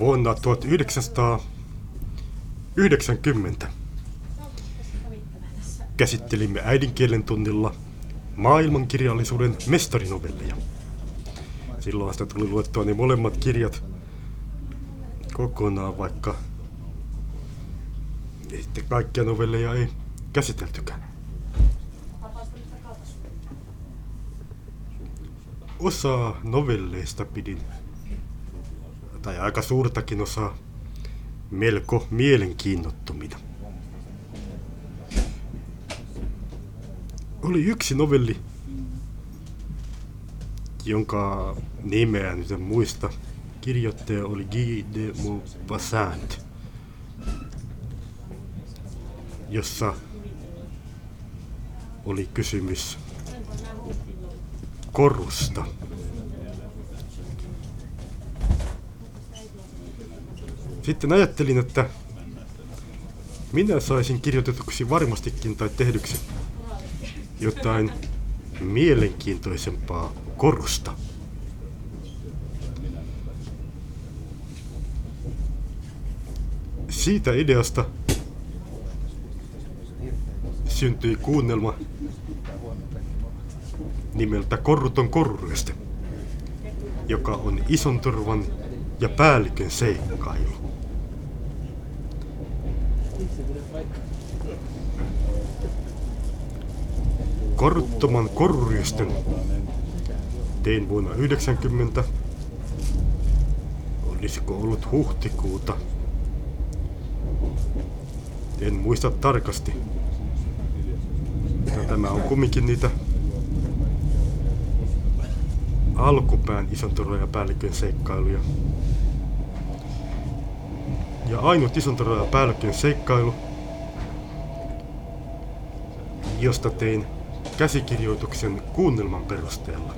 Vuonna 1990 käsittelimme äidinkielen tunnilla maailmankirjallisuuden mestarinovelleja. Silloin sitä tuli luettua ne molemmat kirjat kokonaan, vaikka sitten kaikkia novelleja ei käsiteltykään. Osaa novelleista pidin, tai aika suurtakin osaa, melko mielenkiinnottomina. Oli yksi novelli, jonka nimeä nyt en muista. Kirjoittaja oli Guy de Maupassant, jossa oli kysymys korusta. Sitten ajattelin, että minä saisin kirjoitetuksi varmastikin tai tehdyksi jotain mielenkiintoisempaa korusta. Siitä ideasta syntyi kuunnelma nimeltä Korruton koruryöstö, joka on Isonturvan ja päällikön seikkailu. Korruttoman koruryöstön tein vuonna 1990. Olisiko ollut huhtikuuta? En muista tarkasti. Tämä on kumminkin niitä alkupään Isonturvan ja päällikön seikkailuja. Ja ainut Isonturvan ja päällikön seikkailu, josta tein käsikirjoituksen kuunnelman perusteella.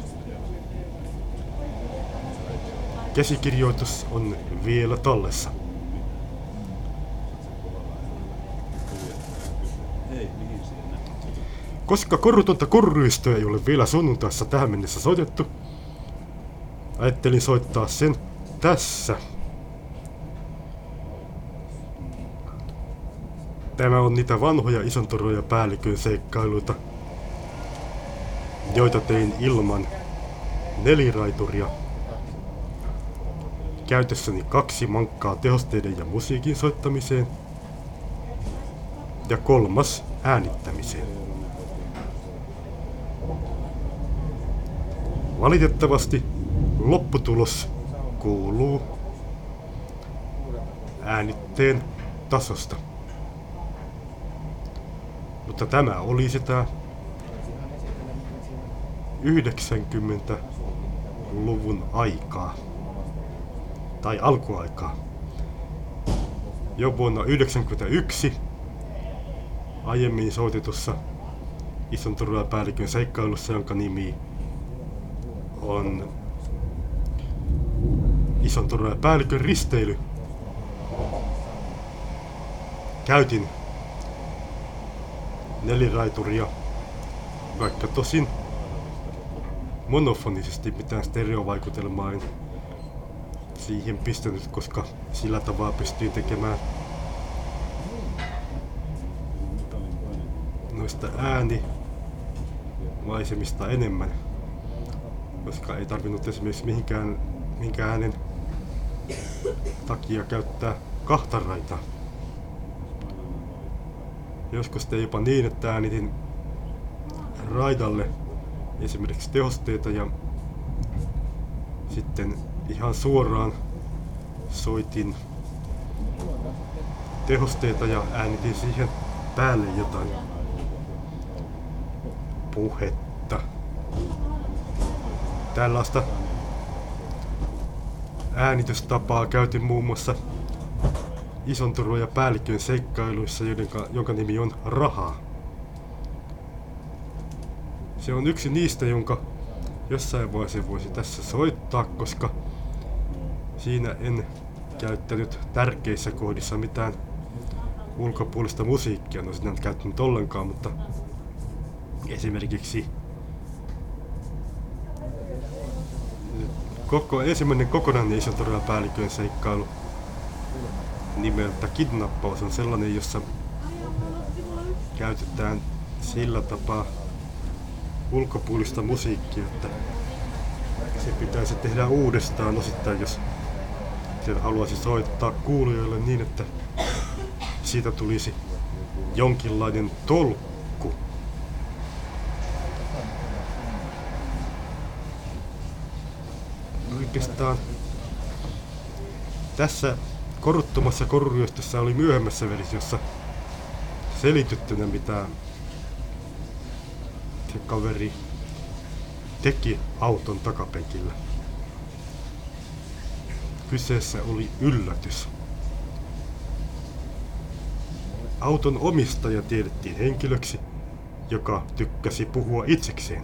Käsikirjoitus on vielä tallessa. Koska korrutonta koruryöstöä ei ole vielä sunnuntaissa tähän mennessä soitettu, ajattelin soittaa sen tässä. Tämä on niitä vanhoja Isonturvan ja päällikön seikkailuita, joita tein ilman neliraituria. Käytössäni 2 mankkaa tehosteiden ja musiikin soittamiseen ja 3 äänittämiseen. Valitettavasti lopputulos kuuluu äänitteen tasosta. Mutta tämä oli sitä 90-luvun aikaa, tai alkuaikaa. Jo vuonna 1991 aiemmin soitetussa Isonturvan ja päällikön seikkailussa, jonka nimi on Isonturvan ja päällikön risteily, käytin neliraituria, vaikka tosin monofonisesti mitään stereovaikutelmaa en siihen pistänyt, koska sillä tavalla pystyin tekemään noista äänimaisemista enemmän, koska ei tarvinnut esimerkiksi mihinkään äänen takia käyttää 2 raitaa. Joskus tein jopa niin, että äänitin raidalle esimerkiksi tehosteita ja sitten ihan suoraan soitin tehosteita ja äänitin siihen päälle jotain puhetta. Tällaista äänitystapaa käytin muun muassa Isonturvan ja päällikön seikkailuissa, jonka nimi on Rahaa. Se on yksi niistä, jonka jossain vaiheessa voisi tässä soittaa, koska siinä en käyttänyt tärkeissä kohdissa mitään ulkopuolista musiikkia. No sitä en käyttänyt ollenkaan, mutta esimerkiksi ensimmäinen kokonainen Isonturvan ja päällikön seikkailu nimeltä Kidnappaus on sellainen, jossa käytetään sillä tapaa ulkopuolista musiikkia, että se pitäisi tehdä uudestaan osittain, jos sen haluaisi soittaa kuulijoille niin, että siitä tulisi jonkinlainen tolkku. Oikeastaan tässä koruttomassa koruryöstössä oli myöhemmässä versiossa selityttynä, mitä se kaveri teki auton takapenkillä. Kyseessä oli yllätys. Auton omistaja tiedettiin henkilöksi, joka tykkäsi puhua itsekseen.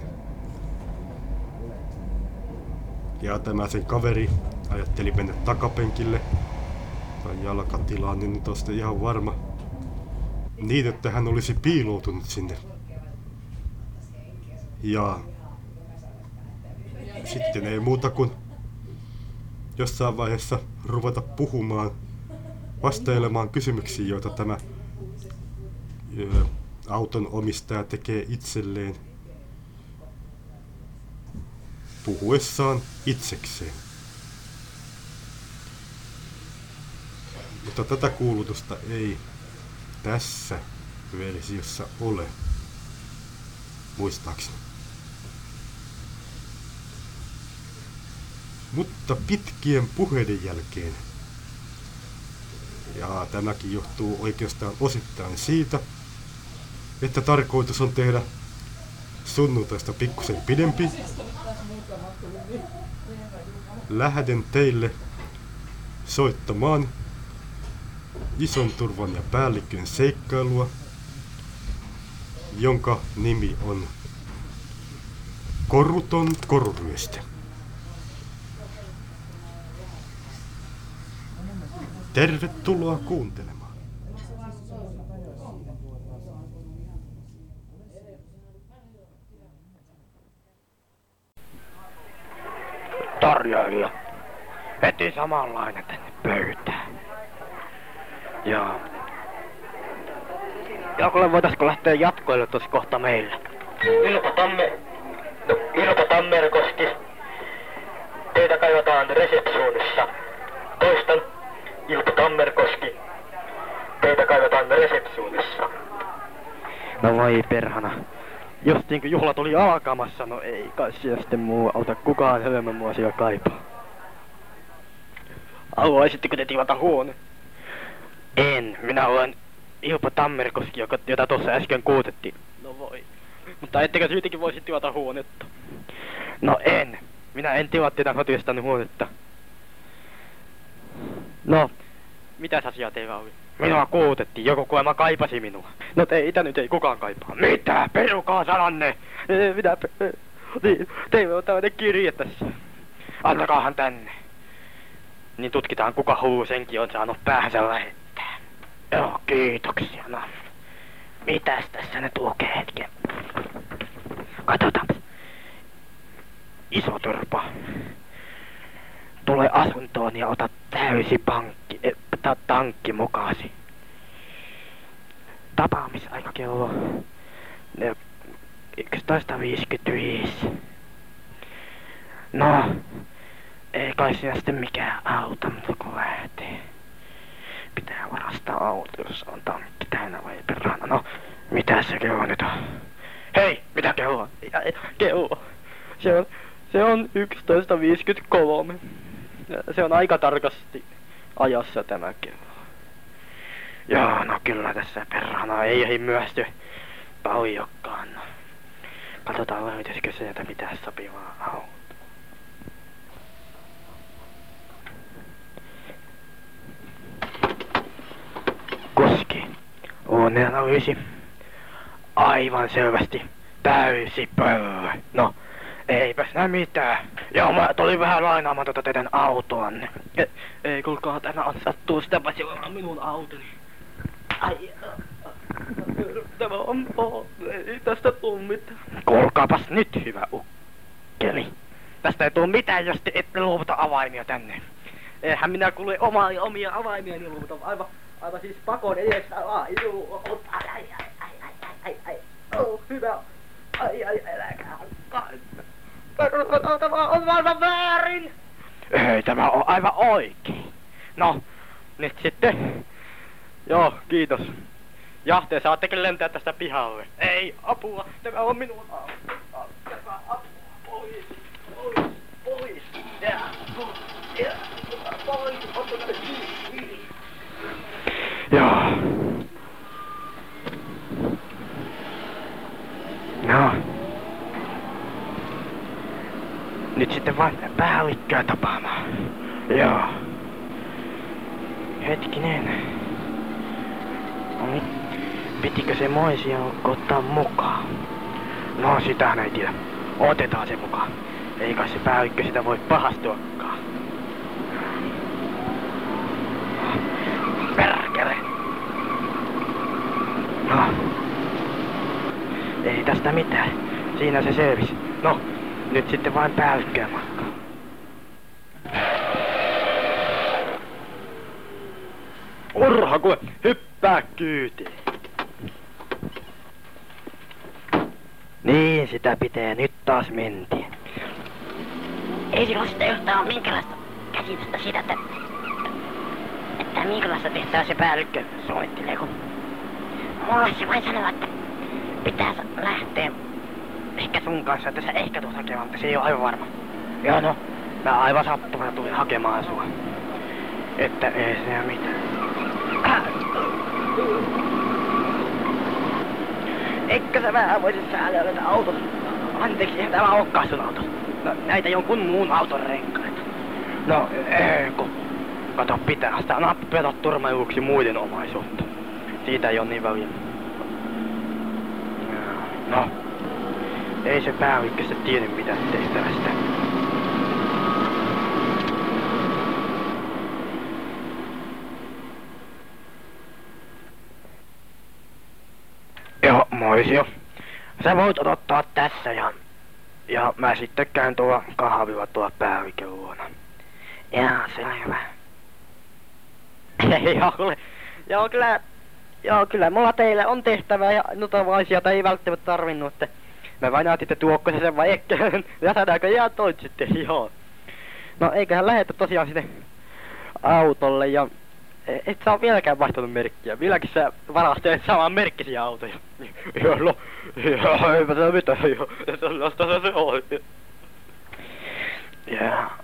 Ja tämä sen kaveri ajatteli mennä takapenkille tai jalkatilaan, niin nyt on sitten ihan varma, niin että hän olisi piiloutunut sinne. Ja sitten ei muuta kuin jossain vaiheessa ruveta puhumaan, vastailemaan kysymyksiin, joita tämä auton omistaja tekee itselleen puhuessaan itsekseen. Mutta tätä kuulutusta ei tässä versiossa ole, muistaakseni. Mutta pitkien puheiden jälkeen, ja tämäkin johtuu oikeastaan osittain siitä, että tarkoitus on tehdä sunnuntaista pikkusen pidempi, lähden teille soittamaan Ison Turvan ja Päällikön seikkailua, jonka nimi on Koruton koruryöstö. Tervetuloa kuuntelemaan. Tarjoilija heti samanlainen tänne pöytään. Ja kuule, voitaisko lähteä jatkoille tuossa kohta meillä? Ilpo Tammerkoski. Teitä kaivataan resepsuunissa. Toistan. Ilpo Tammerkoski. Teitä kaivataan resepsuunissa. No voi perhana. Justiin kun juhlat oli alkamassa, no ei kai siellä sitten muu auta kukaan hölmön mua siellä kaipaa. Haluaisitteko te tilata huone? En, minä olen Ilpo Tammerkoski, jota tuossa äsken kuutettiin. No voi. Mutta ettekö siitäkin voisi tilata huonetta? No en. Minä en tilaa teidän hotiestani huonetta. No, mitäs asiaa teillä oli? Minua kuutettiin, joku kuulemma kaipasi minua. No teitä nyt ei kukaan kaipaa. Mitä? Perukaa sananne! Niin, teillä on tämmöinen kirje tässä. Annakaahan tänne. Niin tutkitaan kuka hullu senkin on saanut päähänsä lähettää. Joo, kiitoksia. No, mitäs tässä nyt lukee hetken? Katsotaanpas. Iso Turpa. Tule asuntoon ja ota täysi tankki mukaasi. Tapaamisaika kello 11.55. No, ei kai siinä sitten mikään auta, mutta kun lähtee. Pitää varastaa auto, jos on tankki täynnä vai perhana. No, mitä se kello nyt on? Hei, mitä kello? Kello. Se on 11.53. Se on aika tarkasti ajassa tämä kello. Joo, no kyllä tässä perhana ei ehdi myösty paljonkaan. No. Katsotaan löytyisikö sieltä mitään sopivaa autoa. Koski. Onnenalyysi. Aivan selvästi täysi pöllö. No, eipäs nää mitään. Joo, mä tulin vähän lainaamaan teidän autoanne. Ei kuulkaa, tämä on sattuu sitäpä silloin minun autoni. Ai, tämä on ei tästä tuu mitään. Kuulkaapas nyt, hyvä ukkeli. Tästä ei tuu mitään, jos te ette luovuta avaimia tänne. Eihän minä kuule omia avaimiani luuta, aivan siis pakon edestä. Oh, hyvä. Äläkää. Tämä on aivan väärin. Ei, tämä on aivan oikein. No, nyt sitten. Joo, kiitos. Ja te saattekin lentää tästä pihalle. Ei, apua, tämä on minun apua. Pois. Pois, ottakaa kiinni. Joo. No. Nyt sitten vain päällikköä tapaamaan. Joo. Hetkinen. Pitikö se moisiaukko ottaa mukaan? No sitähän ei tiedä. Otetaan se mukaan. Ei kai se päällikkö sitä voi pahastuakaan. Perkele. No. Ei tästä mitään. Siinä se selvisi. No, nyt sitten vain päällikköä matkaa. Urha kuule, hyppää kyytiin. Niin sitä pitää, nyt taas mentiin. Ei sinulla sitten yhtään ole minkälaista käsitystä siitä, että minkälaista tehtävää se päällikkö suunnittelee, kun mulla se vain sanoo, että pitää lähteä ehkä sun kanssa, että sä ehkä tulet hakemaan, mutta se ei ole aivan varma. Joo no, mä aivan sattumana tulin hakemaan sua. Että ei se mitään. Eikö sä vähän voisit säädellä tätä auton? Anteeksi, eihän tämä olekaan sun auto. No, näitä jonkun muun auton renkaita. No, ei kun. Kato, pitää sitä nappeta turmailuksi muiden omaisuutta. Siitä ei oo niin väliä. No, ei se päällikkö se tiedä mitään tehtävästä. Joo, moisio. Sä voit odottaa tässä ja mä sitten käyn tuolla kahvilla tuolla päällikön luona. Jaa, selvä. Joo, kyllä mulla teille on tehtävää ja notavaisia tai ei välttämättä tarvinnut, että mä vain ajattelin, että tuokko se sen vai ehkä, ja sä näköjään toit sitten, joo. No eiköhän lähetä tosiaan sinne autolle ja et sä oo vieläkään vaihtanut merkkiä, vieläkin sä varastelet saman merkkisiä autoja. Joo, no, joo, eipä se mitään, joo, sellaista se on. Jaa.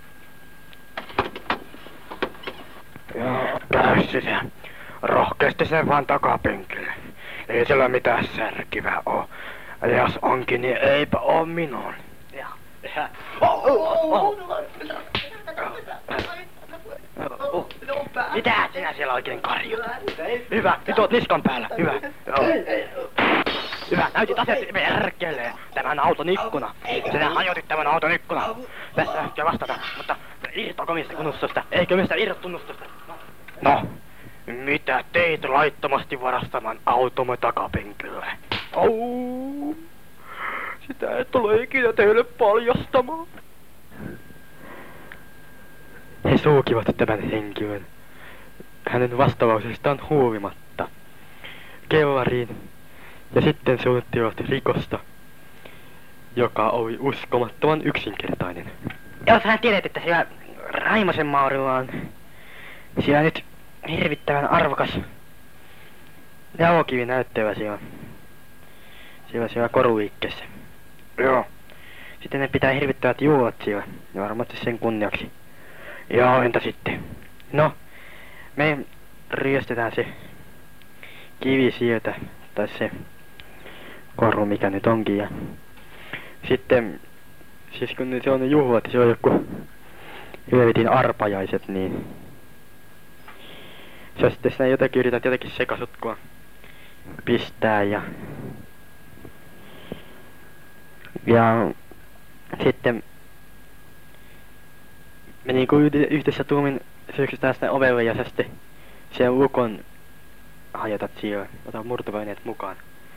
Joo, käy sisään. Rohkeasti sen vaan takapenkille. Ei siellä mitään särkivää oo. Ja jos onkin, niin eipä oo minun. Mitä sinä siellä oikein karjut? Hyvä, nyt oot niskan päällä. Hyvä. Hyvä, näytit aseet perkeleen. Tämän auton ikkuna. Sinä hajotit tämän auton ikkuna. Tässä ehkä vastata, mutta irtoako mistä kunnostusta? Eikö mistä irrotunnustusta? No, mitä teit laittomasti varastamaan automme takapenkille? Au! Sitä et ole ikinä teille paljastamaan. He sulkivat tämän henkilön hänen vastalauseestaan huolimatta kellariin ja sitten suunnittivat rikosta, joka oli uskomattoman yksinkertainen. Jos hän tiedät, että siellä Raimosen Maurilla on siellä nyt hirvittävän arvokas jalokivinäyttävä siellä koruliikkeessä. Joo. Sitten ne pitää hirvittävät juhlat siellä, ja varmasti sen kunniaksi. Joo, entä sitten? No, me ryöstetään se kivi sieltä, tai se koru mikä nyt onkin, ja sitten, siis kun se on juhlat, se on joku helvetin arpajaiset, niin se on sitten sinä jotenkin yrität jotenkin sekasutkua pistää ja sitten me niinku yhdessä tuumin syöksytään sitä ovelle ja sä sitten sen lukon hajotat siellä, ota murtovälineet mukaan.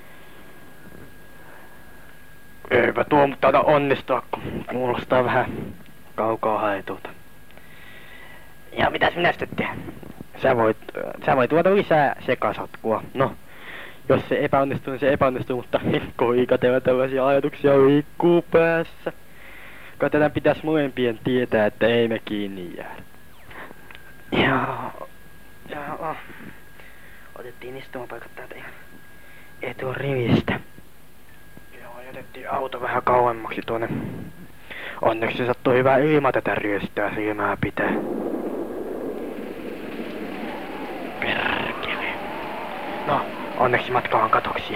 Eipä tuo taida onnistua, kun kuulostaa vähän kaukaa haetulta. Ja mitäs minä sitten teen? Sä voit tuoda lisää sekasotkua. No, jos se epäonnistuu, niin se epäonnistuu, mutta koikatella tällaisia ajatuksia liikkuu päässä. Kai tätä pitäis molempien tietää, että ei me kiinni jäädä. Joo. Otettiin istumapaikat täältä ihan eturivistä. Joo, jätettiin auto vähän kauemmaksi tuonne. Onneksi se sattui hyvää ilma tätä ryöstää silmää pitää. Perkele. No, onneksi matka on katoksia.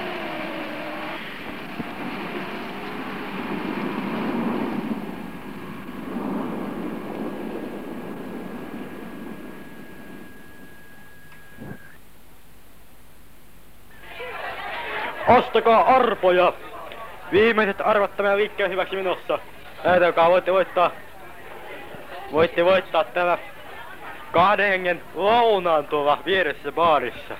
Ostakaa arpoja! Viimeiset arvat tämän liikkeen hyväksi menossa. Ajatelkaa, voitte voittaa tämä 2 hengen lounaan tuolla vieressä baarissa.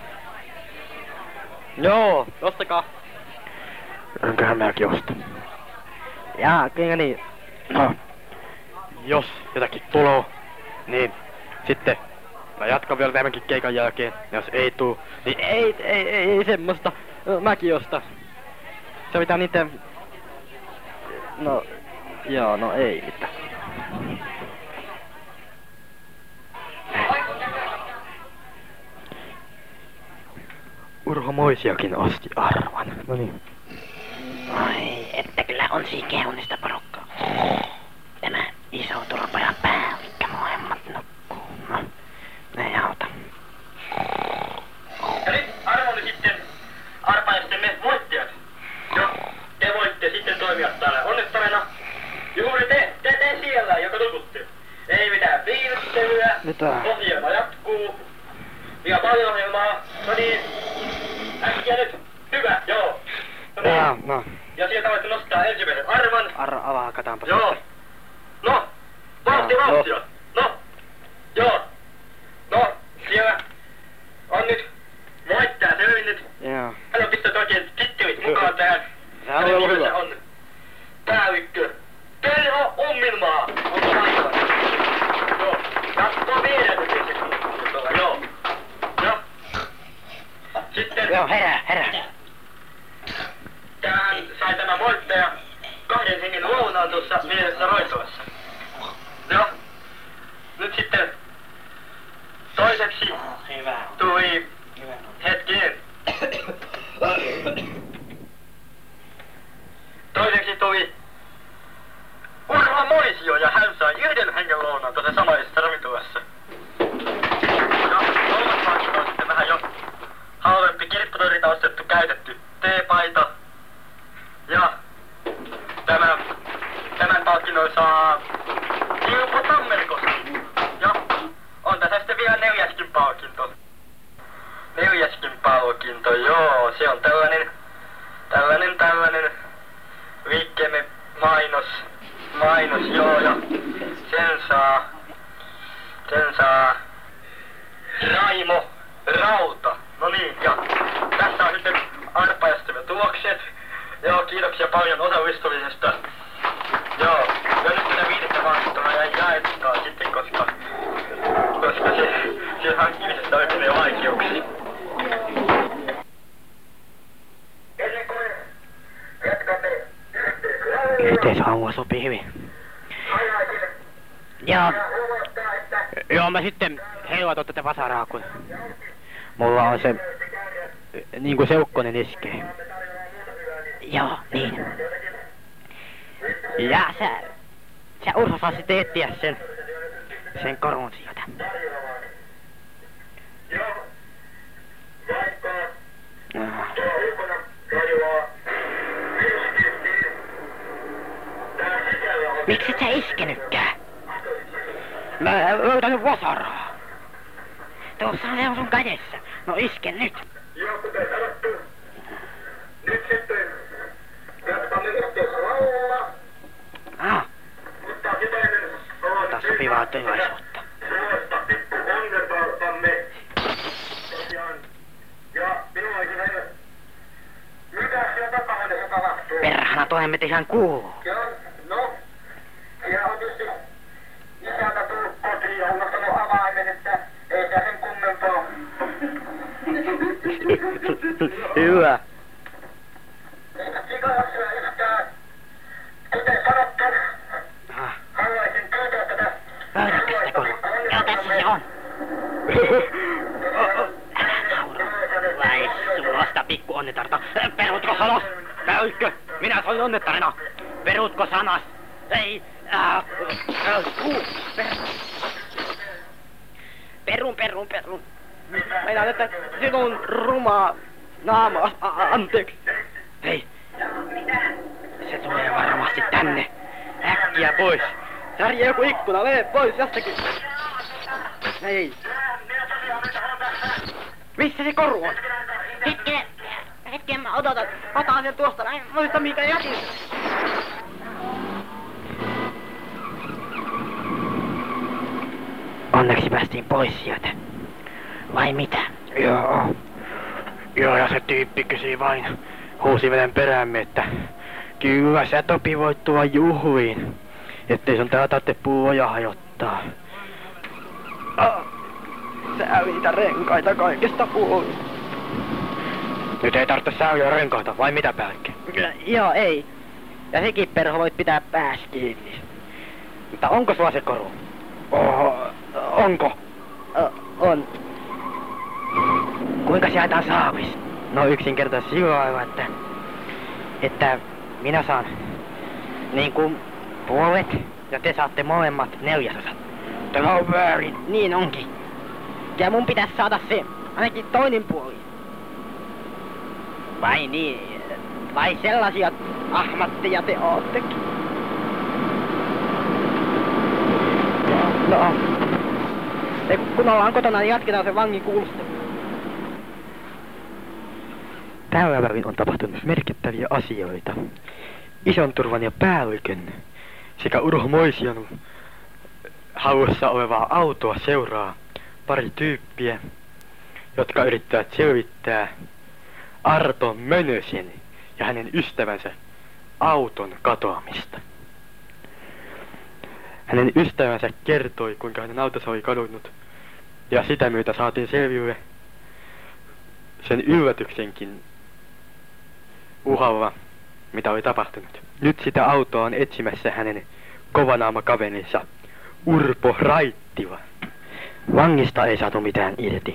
Joo, ostakaa. Enköhän mäkin osta. Jaa, kyllä niin. No, jos jotakin tuloo, niin sitten mä jatkan vielä tämänkin keikan jälkeen. Jos ei tuu, niin ei semmoista. No, mäkin ostan. Se pitää niitä... No, joo, no ei mitään. Urho Moisiakin osti arvan. No niin. Ai, että kyllä on sikeunista porukkaa. Tämä iso turpajan päällikkä molemmat nukkuu. No, ne ei auta. Ja nyt arvoni sitten arpaajastemme voittajat. Joo, te voitte sitten toimia täällä onnettavana. Juuri te siellä, joka tututte. Ei mitään piilottelyä. Mitä? Ohjelma jatkuu. Ja paljon ohjelmaa. No niin. Äkkiä nyt. Hyvä, joo. No niin. Jaa, no. Ja sieltä voitte nostaa ensimmäisen arvan. Avaa, kataanpa Joo. sitten. No. Vauhtia. No. Joo. No, siellä on nyt voittaja selvinnyt. Joo. Hän on pistänyt oikein tittelit mukaan tähän. Sehän on ollut hyvä. On päällikkö Terho Umminmaa. Onko paikalla? Joo. Ja tuo vieressä tietysti. Joo. Ja. Sitten. Joo, herää. Tähän sai tämä voittaja 2 hengen lounaan tuossa vieressä Roitolassa. Joo. Nyt sitten toiseksi tuli hetkinen. Toiseksi tuli Urho Moisio ja hän sai 1 hengen lounaan tuossa samaisessa ravintolassa. Ja kolmas palkinto on sitten vähän jo halvempi kirpputorilta ostettu käytetty teepaita. Ja tämän palkinnon saa Ilpo Tammerkoski. Ja on tässä sitten vielä 4. palkinto. 4. palkinto, joo, se on tällainen liikkeemme mainos, joo, ja sen saa Raimo Rauta. No niin, ja tässä on sitten arpajastemme tulokset. Joo, kiitoksia paljon osallistumisesta. Joo, ja nyt tätä 5. palkintoa jäi jaettaa sitten, koska se hankkimisesta oikein vaikeuksia. Yhteishaua sopii hyvin. Joo, mä sitten heilutan tätä vasaraa, kun mulla on se niinku seukkonen iskee. Joo, niin. Ja sä Urho saa sitten etsiä sen korun sieltä. Miksi et sä iskenytkään? Mä löytänyt vasaraa. Tuossa se on sun kädessä. No iske nyt. Joo, kuten sanottu. Nyt sitten jatkamme yhteishaua. Mutta sitä ennen on Taas sopivaa tilaisuutta. sellaista pikku onnenvaltamme. Tosiaan. Ja minua ei näy. Mitä siellä takahuoneessa tapahtuu? Perhana, tuohon me ihan kuuluu. No, siellä on tietysti isäntä tullut kotiin ja unohtanut Hyvä. Sikoja syö yhtään. Kuten sanottu, haluaisin pyytää tätä... Löydätkö sitä koru? Joo, tässä se on. Älä naura. Vai sulosta pikku onnetarta. Perutko sanas? Päykkö, minä soin onnettarina. Perutko sanas? Ei. Perun. Meinaan, että sinun rumaa naama. Anteeksi. Hei. Se tulee varmasti tänne. Äkkiä pois. Särje joku ikkuna, mene pois jostakin. Hei. Missä se koru on? Hetken mä odotan. Otan sen tuosta näin. Muista mikä jätin. Onneksi päästiin pois sieltä. Vai mitä? Joo, ja se tyyppi kysyi vain huusiveden perämme, että kyllä sä Topi voit tulla juhliin, ettei sun täällä tarvitse puuoja hajottaa. Sä hävitä renkaita kaikesta puolin. Nyt ei tarvitse säyliä renkaita, vai mitä Päällikkö? Joo, ei. Ja sekin perho voit pitää pääs kiinni. Mutta onko sulla se koru? Onko? On. Kuinka se ajetaan saavis? No yksinkertaisesti sillä lailla, että minä saan niin kuin puolet ja te saatte molemmat 4/4. Tämä on väärin. Niin onkin. Ja mun pitäisi saada se ainakin toinen puoli. Vai niin? Vai sellaisia ahmatteja te oottekin? No. Kun ollaan kotona, niin jatketaan sen vangin kuulustelu. Tällä välin on tapahtunut merkittäviä asioita. Ison turvan ja Päällikön sekä Urho Moision hallussa olevaa autoa seuraa pari tyyppiä, jotka yrittävät selvittää Arto Mönösen ja hänen ystävänsä auton katoamista. Hänen ystävänsä kertoi, kuinka hänen autonsa oli kadonnut, ja sitä myötä saatiin selville sen yllätyksenkin uhalla, mitä oli tapahtunut. Nyt sitä autoa on etsimässä hänen kovanaamakaverinsa Urpo Raittila. Vangista ei saatu mitään irti.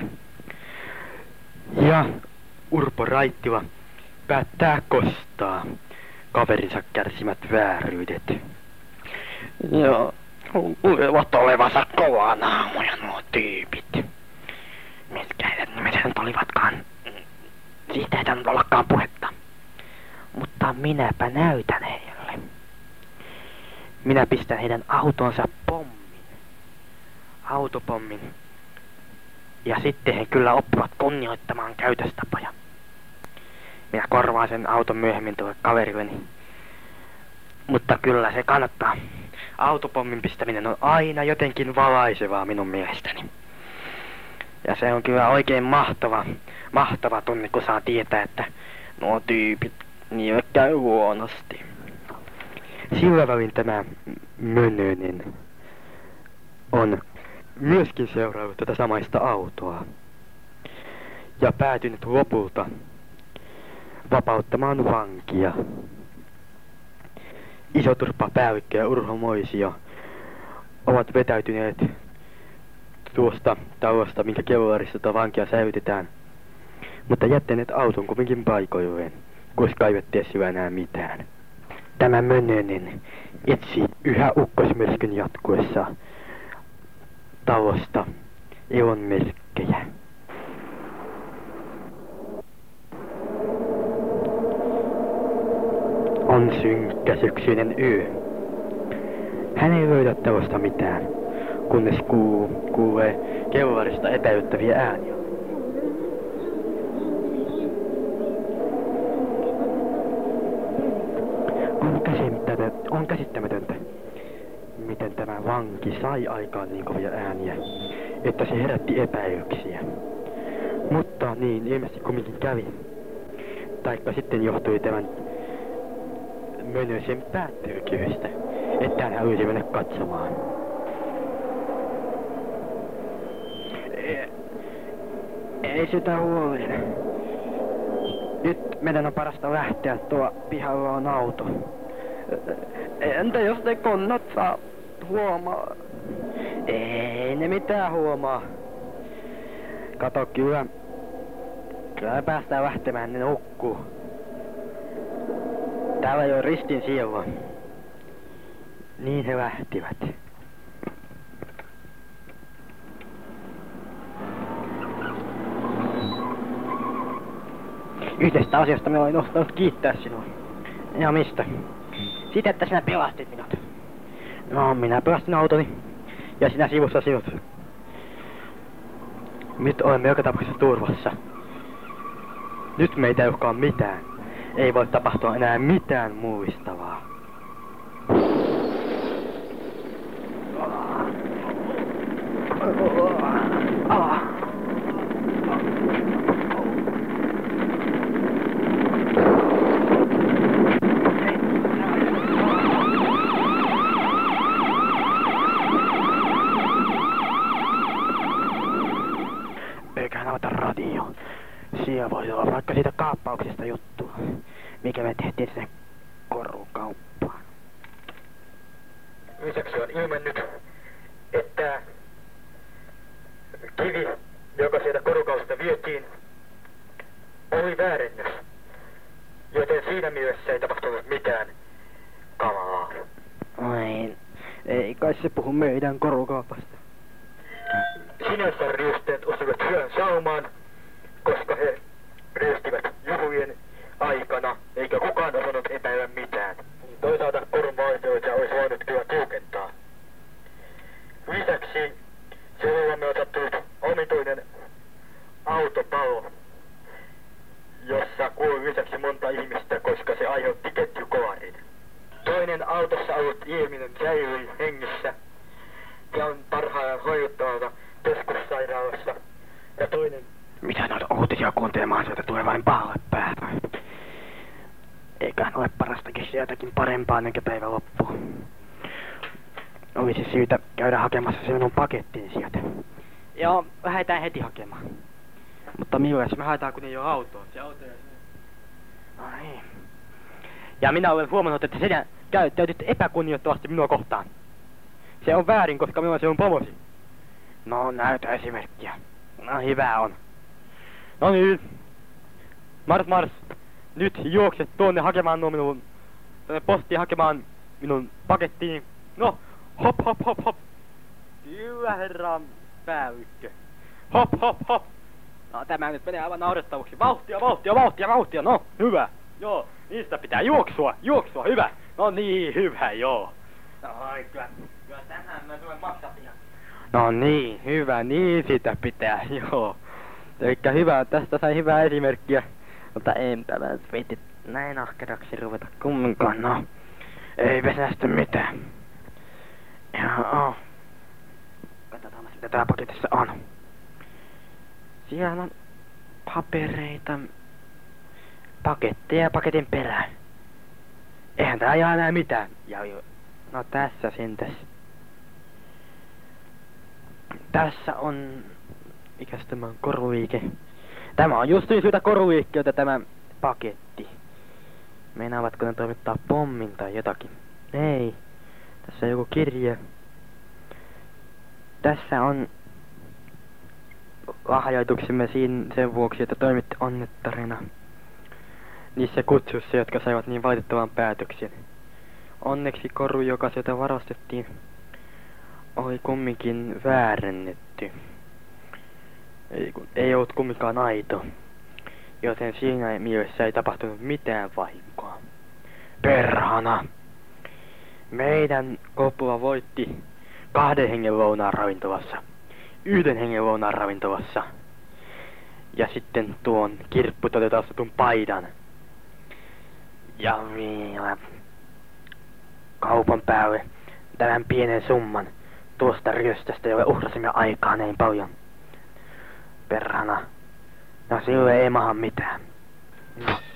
Ja Urpo Raittila päättää kostaa kaverinsa kärsimät vääryydet. Joo, luulevat olevansa kovanaamoja nuo tyypit. Mitkä heidät nimet nyt olivatkaan? Siitä ei tainnut ollakaan puhetta. Mutta minäpä näytän heille. Minä pistän heidän autonsa pommin. Autopommin. Ja sitten he kyllä oppivat kunnioittamaan käytöstapoja. Minä korvaan sen auton myöhemmin tuolle kaverilleni. Mutta kyllä se kannattaa. Autopommin pistäminen on aina valaisevaa minun mielestäni. Ja se on kyllä oikein mahtava tunne, kun saa tietää, että nuo tyypit, niille käy huonosti. Sillä välin tämä Mönönen on myöskin seurannut tätä samaista autoa. Ja päätynyt lopulta vapauttamaan vankia. Isoturpa Päällikkö ja Urho Moisio ovat vetäytyneet tuosta talosta, minkä kellarissa vankia säilytetään, mutta jättäneet auton kuitenkin paikoilleen, koska eivät tee sillä enää mitään. Tämä Mönönen etsi yhä ukkosmyrskyn jatkuessa talosta elonmerkkejä. On synkkä syksyinen yö. Hän ei löydä talosta mitään, kunnes kuulee kellarista epäilyttäviä ääniä. On käsittämätöntä, miten tämä vanki sai aikaan niin kovia ääniä, että se herätti epäilyksiä. Mutta niin ilmeisesti kumminkin kävi. Taikka sitten johtui tämän Mönösen päättelykyvystä, että hän halusi mennä katsomaan. Ei sitä huolin. Nyt meidän on parasta lähteä, tuo pihalla on auto. Entä jos ne konnat saa huomaa? Ei ne mitään huomaa. Kato, kyllä päästään lähtemään, ne nukkuu. Täällä ei ole ristin sijalla. Niin he lähtivät. Yhdestä asiasta minä olin nostanut kiittää sinua. Ja mistä? Siitä, että sinä pelastit minut. No, minä pelastin autoni. Ja sinä sivussa sinut. Nyt olemme joka tapauksessa turvassa. Nyt meitä ei olekaan mitään. Ei voi tapahtua enää mitään muistavaa. Eiköhän avata radio. Siellä voi olla vaikka siitä kaappauksesta juttua, mikä me tehtiin sinne korukauppaan. Lisäksi on ilmennyt, että kivi, joka sieltä korukausta vietiin, oli väärennys. Joten siinä mielessä ei tapahtunut mitään kamalaa. Ei kai se puhu meidän korukaupasta. Sinänsä ryöstäjät osuivat hyvän saumaan, koska he ryöstivät juhlien aikana, eikä kukaan osannut epäillä mitään. Toisaalta korunvaltioita olisi voinut kyllä tiukentaa. Lisäksi seuraavamme on sattunut omituinen autopalo, jossa kuoli lisäksi monta ihmistä, koska se aiheutti ketjukolarin. Toinen autossa ollut ihminen säilyi hengissä ja on parhaillaan hoidettavana keskussairaalassa. Ja toinen... Mitä noita uutisia kuuntelemaan, sieltä tulee vain pahalle päätä. Eiköhän ole parastakin sieltäkin parempaa ennen kuin päivä loppuu. Olisi syytä käydä hakemassa se minun pakettini sieltä. Joo, lähdetään heti hakemaan. Mutta milloin me haetaan, kun ei ole autoa? Se auto ei ole. No niin. Ja minä olen huomannut, että sinä käyttäytyt epäkunnioittavasti minua kohtaan. Se on väärin, koska minua se on pomosi. No, näytä esimerkkiä. No, hyvä on. No niin. Mars. Nyt juokset tuonne hakemaan minun... postiin hakemaan minun pakettiin. No, hop. Kyllä, herra päällikkö. Hop. No, tämä nyt menee aivan naurettavuksi. Vauhtia. No, hyvä. Joo, niistä pitää juoksua, hyvä. No niin, hyvä, joo. No, kyllä tänään mä tulen maksatia. No niin, hyvä, niin sitä pitää, joo. Elikkä hyvä, tästä sai hyvää esimerkkiä. Mutta ei tämä viitti näin ahkeraksi ruveta kumminkaan, no. Ei pesä mitään. Joo. Katsotaan, mitä tää paketissa on. Siellä on papereita. Paketteja paketin perään. Eihän tää jää enää mitään. No tässä sentäs. Tässä on... Mikäs tämä on? Koruliike. Tämä on justiin syytä koruliikkeeltä tämä paketti. Meinaavatko ne toimittaa pommin tai jotakin? Ei. Tässä on joku kirje. Tässä on lahjoituksemme sen vuoksi, että toimitte onnettarina niissä kutsuissa, jotka saivat niin valitettavan päätöksen. Onneksi koru, joka sieltä varastettiin, oli kumminkin väärennetty. Ei ollut kumminkaan aito, joten siinä mielessä ei tapahtunut mitään vahinkoa. Perhana! Meidän kopula voitti 2 hengen lounaan ravintolassa, 1 hengen lounaan ravintolassa ja sitten tuon kirpputolta ostetun paidan. Ja vielä kaupan päälle tämän pienen summan tuosta ryöstöstä, jolle uhrasimme aikaa niin paljon. Perhana. No sille ei maha mitään.